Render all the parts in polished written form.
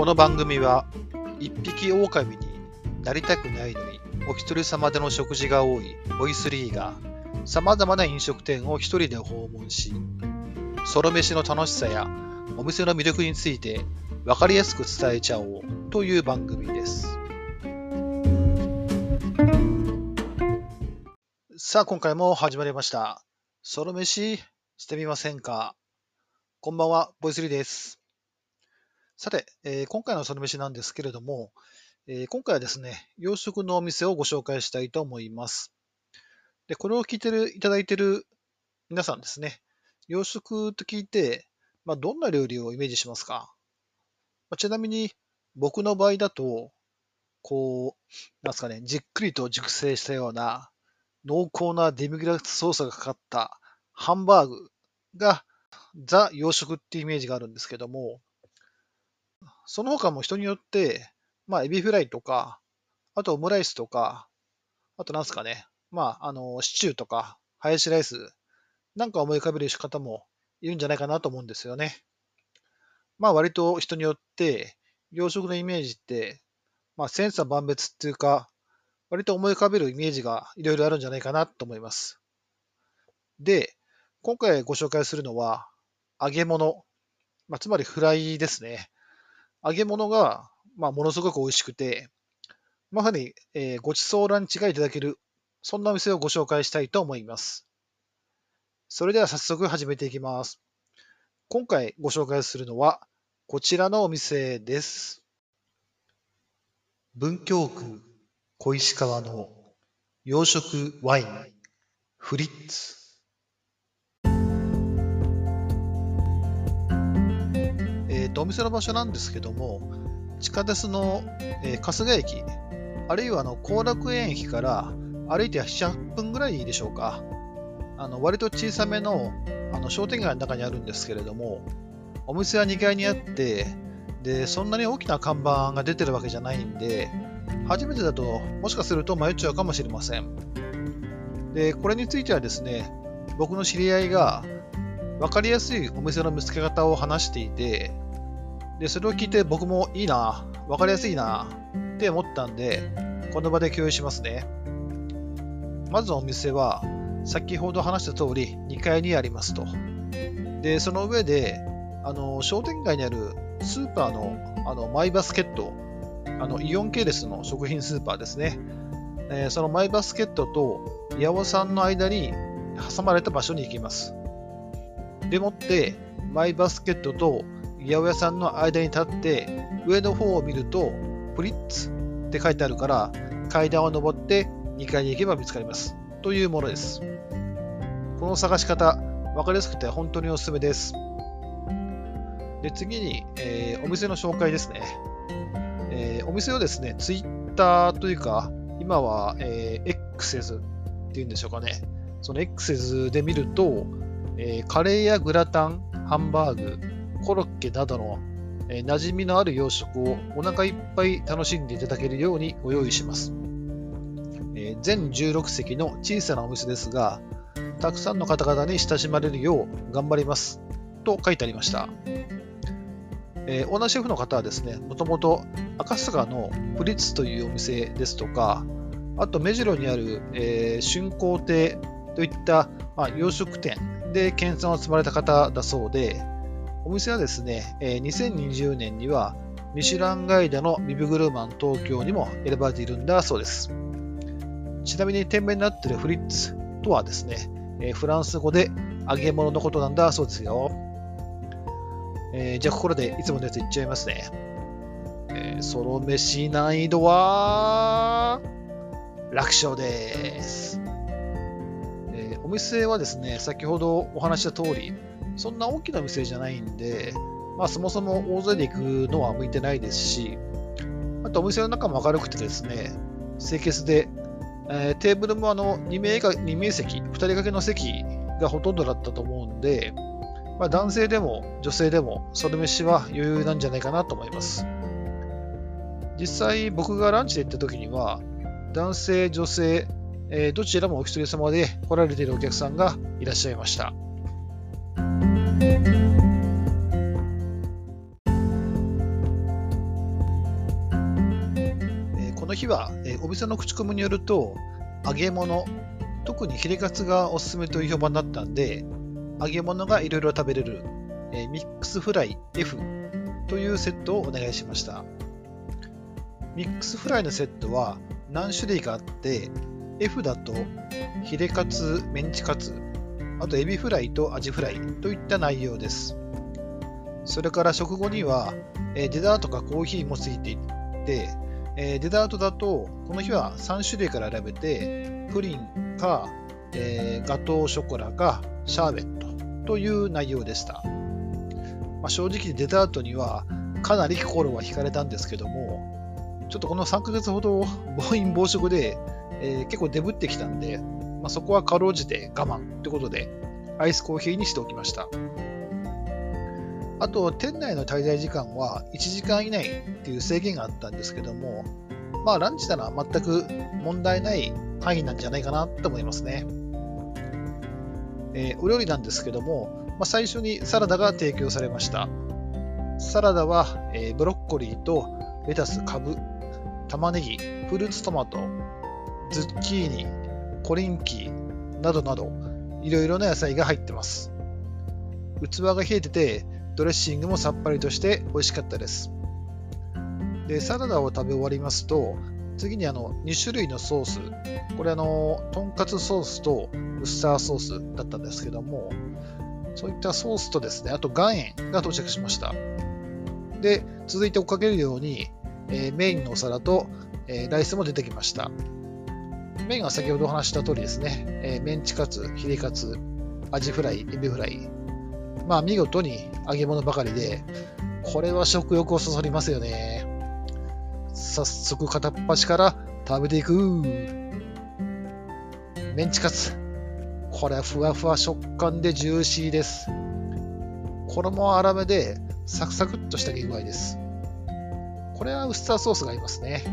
この番組は一匹狼になりたくないのにお一人様での食事が多いボイスリーが様々な飲食店を一人で訪問し、ソロ飯の楽しさやお店の魅力について分かりやすく伝えちゃおうという番組です。さあ今回も始まりました。ソロ飯してみませんか？こんばんは、ボイスリーです。さて、今回のソロ飯なんですけれども、今回はですね、洋食のお店をご紹介したいと思います。で、これを聞いていただいている皆さんですね、洋食と聞いて、どんな料理をイメージしますか？ちなみに、僕の場合だと、なんですかね、じっくりと熟成したような、濃厚なデミグラスソースがかかったハンバーグがザ洋食ってイメージがあるんですけども、その他も人によって、エビフライとか、あとオムライスとか、あとなんですかね、シチューとか、ハヤシライスなんか思い浮かべる方もいるんじゃないかなと思うんですよね。割と人によって、洋食のイメージって、千差万別っていうか、割と思い浮かべるイメージがいろいろあるんじゃないかなと思います。で、今回ご紹介するのは、揚げ物、つまりフライですね。揚げ物が、ものすごく美味しくて、まさに、ごちそうランチがいただける、そんなお店をご紹介したいと思います。それでは早速始めていきます。今回ご紹介するのは、こちらのお店です。文京区小石川の洋食ワインフリッツ。お店の場所なんですけども、地下鉄の、春日駅、あるいは後楽園駅から歩いて7、8分ぐらいでしょうか。割と小さめの、商店街の中にあるんですけれども、お店は2階にあって、で、そんなに大きな看板が出てるわけじゃないんで、初めてだともしかすると迷っちゃうかもしれません。で、これについてはですね、僕の知り合いが分かりやすいお店の見つけ方を話していて、で、それを聞いて僕もいいな、分かりやすいなって思ったんで、この場で共有しますね。まずお店は、先ほど話した通り2階にありますと。で、その上で、商店街にあるスーパーの、マイバスケット、イオン系列の食品スーパーですね。そのマイバスケットと八百さんの間に挟まれた場所に行きます。でもって、マイバスケットと八百屋さんの間に立って、上の方を見ると、プリッツって書いてあるから、階段を上って2階に行けば見つかります。というものです。この探し方、わかりやすくて本当におすすめです。で、次に、お店の紹介ですね。お店をですね、ツイッターというか、今は、Xs っていうんでしょうかね。その Xs で見ると、カレーやグラタン、ハンバーグ、コロッケなどの、馴染みのある洋食をお腹いっぱい楽しんでいただけるようにご用意します。全16席の小さなお店ですが、たくさんの方々に親しまれるよう頑張りますと書いてありました。オーナーシェフの方はですね、もともと赤坂のプリッツというお店ですとか、あと目白にある、春光亭といった、洋食店で研鑽を積まれた方だそうで、お店はですね、2020年にはミシュランガイドのビブグルマン東京にも選ばれているんだそうです。ちなみに店名になっているフリッツとはですね、フランス語で揚げ物のことなんだそうですよ。じゃあここでいつものやついっちゃいますね。ソロ飯難易度は楽勝です。お店はですね、先ほどお話した通り、そんな大きな店じゃないんで、そもそも大勢で行くのは向いてないですし、あとお店の中も明るくてですね、清潔で、テーブルも2名席、2人掛けの席がほとんどだったと思うんで、男性でも女性でもソロ飯は余裕なんじゃないかなと思います。実際僕がランチで行った時には男性、女性、どちらもお一人様で来られているお客さんがいらっしゃいました。 日は、お店の口コミによると、揚げ物、特にヒレカツがおすすめという評判だったんで、揚げ物がいろいろ食べれる、ミックスフライ F というセットをお願いしました。ミックスフライのセットは何種類かあって、F だとヒレカツ、メンチカツ、あとエビフライとアジフライといった内容です。それから食後にはデザートかコーヒーもついていて、デザートだとこの日は3種類から選べて、プリンか、ガトーショコラかシャーベットという内容でした。正直デザートにはかなり心は惹かれたんですけども、ちょっとこの3ヶ月ほど暴飲暴食で、結構デブってきたんで、そこはかろうじて我慢ということでアイスコーヒーにしておきました。あと店内の滞在時間は1時間以内っていう制限があったんですけども、ランチなら全く問題ない範囲なんじゃないかなと思いますね。お料理なんですけども、最初にサラダが提供されました。サラダは、ブロッコリーとレタス、カブ、玉ねぎ、フルーツトマト、ズッキーニ、コリンキーなどなどいろいろな野菜が入ってます。器が冷えててドレッシングもさっぱりとして美味しかったです。で、サラダを食べ終わりますと、次に2種類のソース、これとんかつソースとウスターソースだったんですけども、そういったソースとですね、あと岩塩が到着しました。で、続いて追っかけるように、メインのお皿と、ライスも出てきました。メインは先ほどお話した通りですね、メンチカツ、ヒレカツ、アジフライ、エビフライ。見事に揚げ物ばかりで、これは食欲をそそりますよね。早速片っ端から食べていく。メンチカツ。これはふわふわ食感でジューシーです。衣は粗めでサクサクっとした具合です。これはウスターソースが合いますね。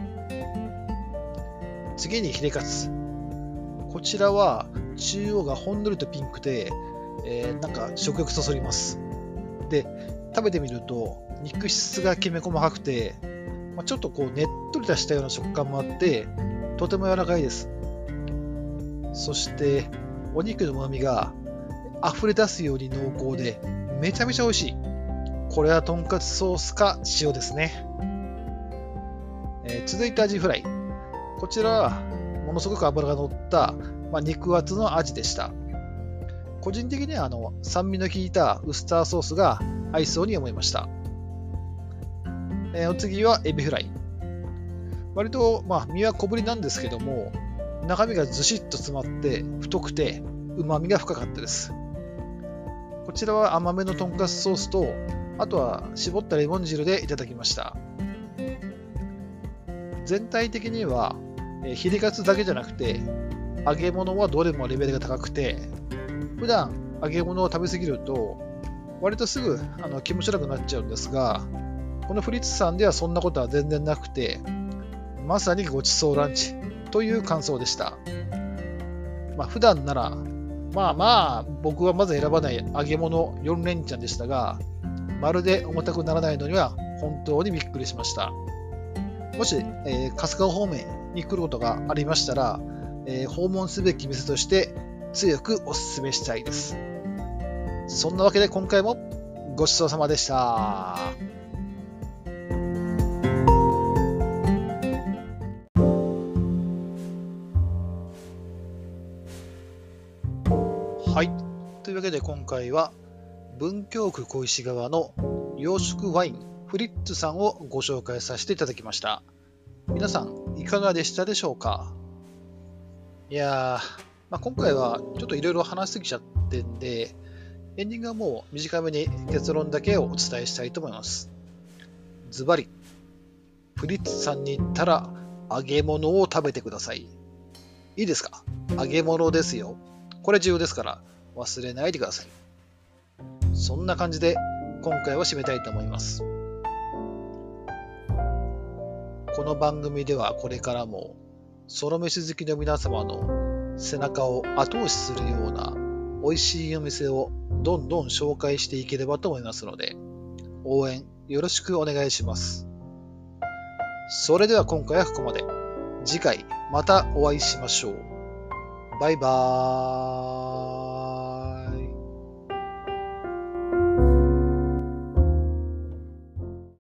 次にヒレカツ。こちらは中央がほんのりとピンクで、なんか食欲そそります。で、食べてみると肉質がきめ細かくて、ちょっとねっとりとしたような食感もあって、とても柔らかいです。そしてお肉の旨味が溢れ出すように濃厚でめちゃめちゃ美味しい。これはとんかつソースか塩ですね。続いてアジフライ。こちらはものすごく脂が乗った、肉厚のアジでした。個人的には酸味の効いたウスターソースが合いそうに思いました。お次はエビフライ。割と身は小ぶりなんですけども、中身がずしっと詰まって太くて旨味が深かったです。こちらは甘めのとんかつソースと、あとは絞ったレモン汁でいただきました。全体的にはヒレカツだけじゃなくて揚げ物はどれもレベルが高くて、普段揚げ物を食べ過ぎると割とすぐ気持ち悪くなっちゃうんですが、このフリッツさんではそんなことは全然なくて、まさにごちそうランチという感想でした。普段なら僕はまず選ばない揚げ物4連チャンでしたが、まるで重たくならないのには本当にびっくりしました。もし、春日方面に来ることがありましたら、訪問すべき店として強くお勧めしたいです。そんなわけで今回もごちそうさまでした。はい。というわけで今回は文京区小石川の洋食ワインフリッツさんをご紹介させていただきました。皆さんいかがでしたでしょうか？いやー、今回はちょっといろいろ話しすぎちゃってんで、エンディングはもう短めに結論だけをお伝えしたいと思います。ズバリ、フリッツさんに行ったら揚げ物を食べてください。いいですか？揚げ物ですよ。これ重要ですから忘れないでください。そんな感じで今回は締めたいと思います。この番組ではこれからもソロ飯好きの皆様の背中を後押しするような美味しいお店をどんどん紹介していければと思いますので、応援よろしくお願いします。それでは今回はここまで。 次回またお会いしましょう。バイバーイ。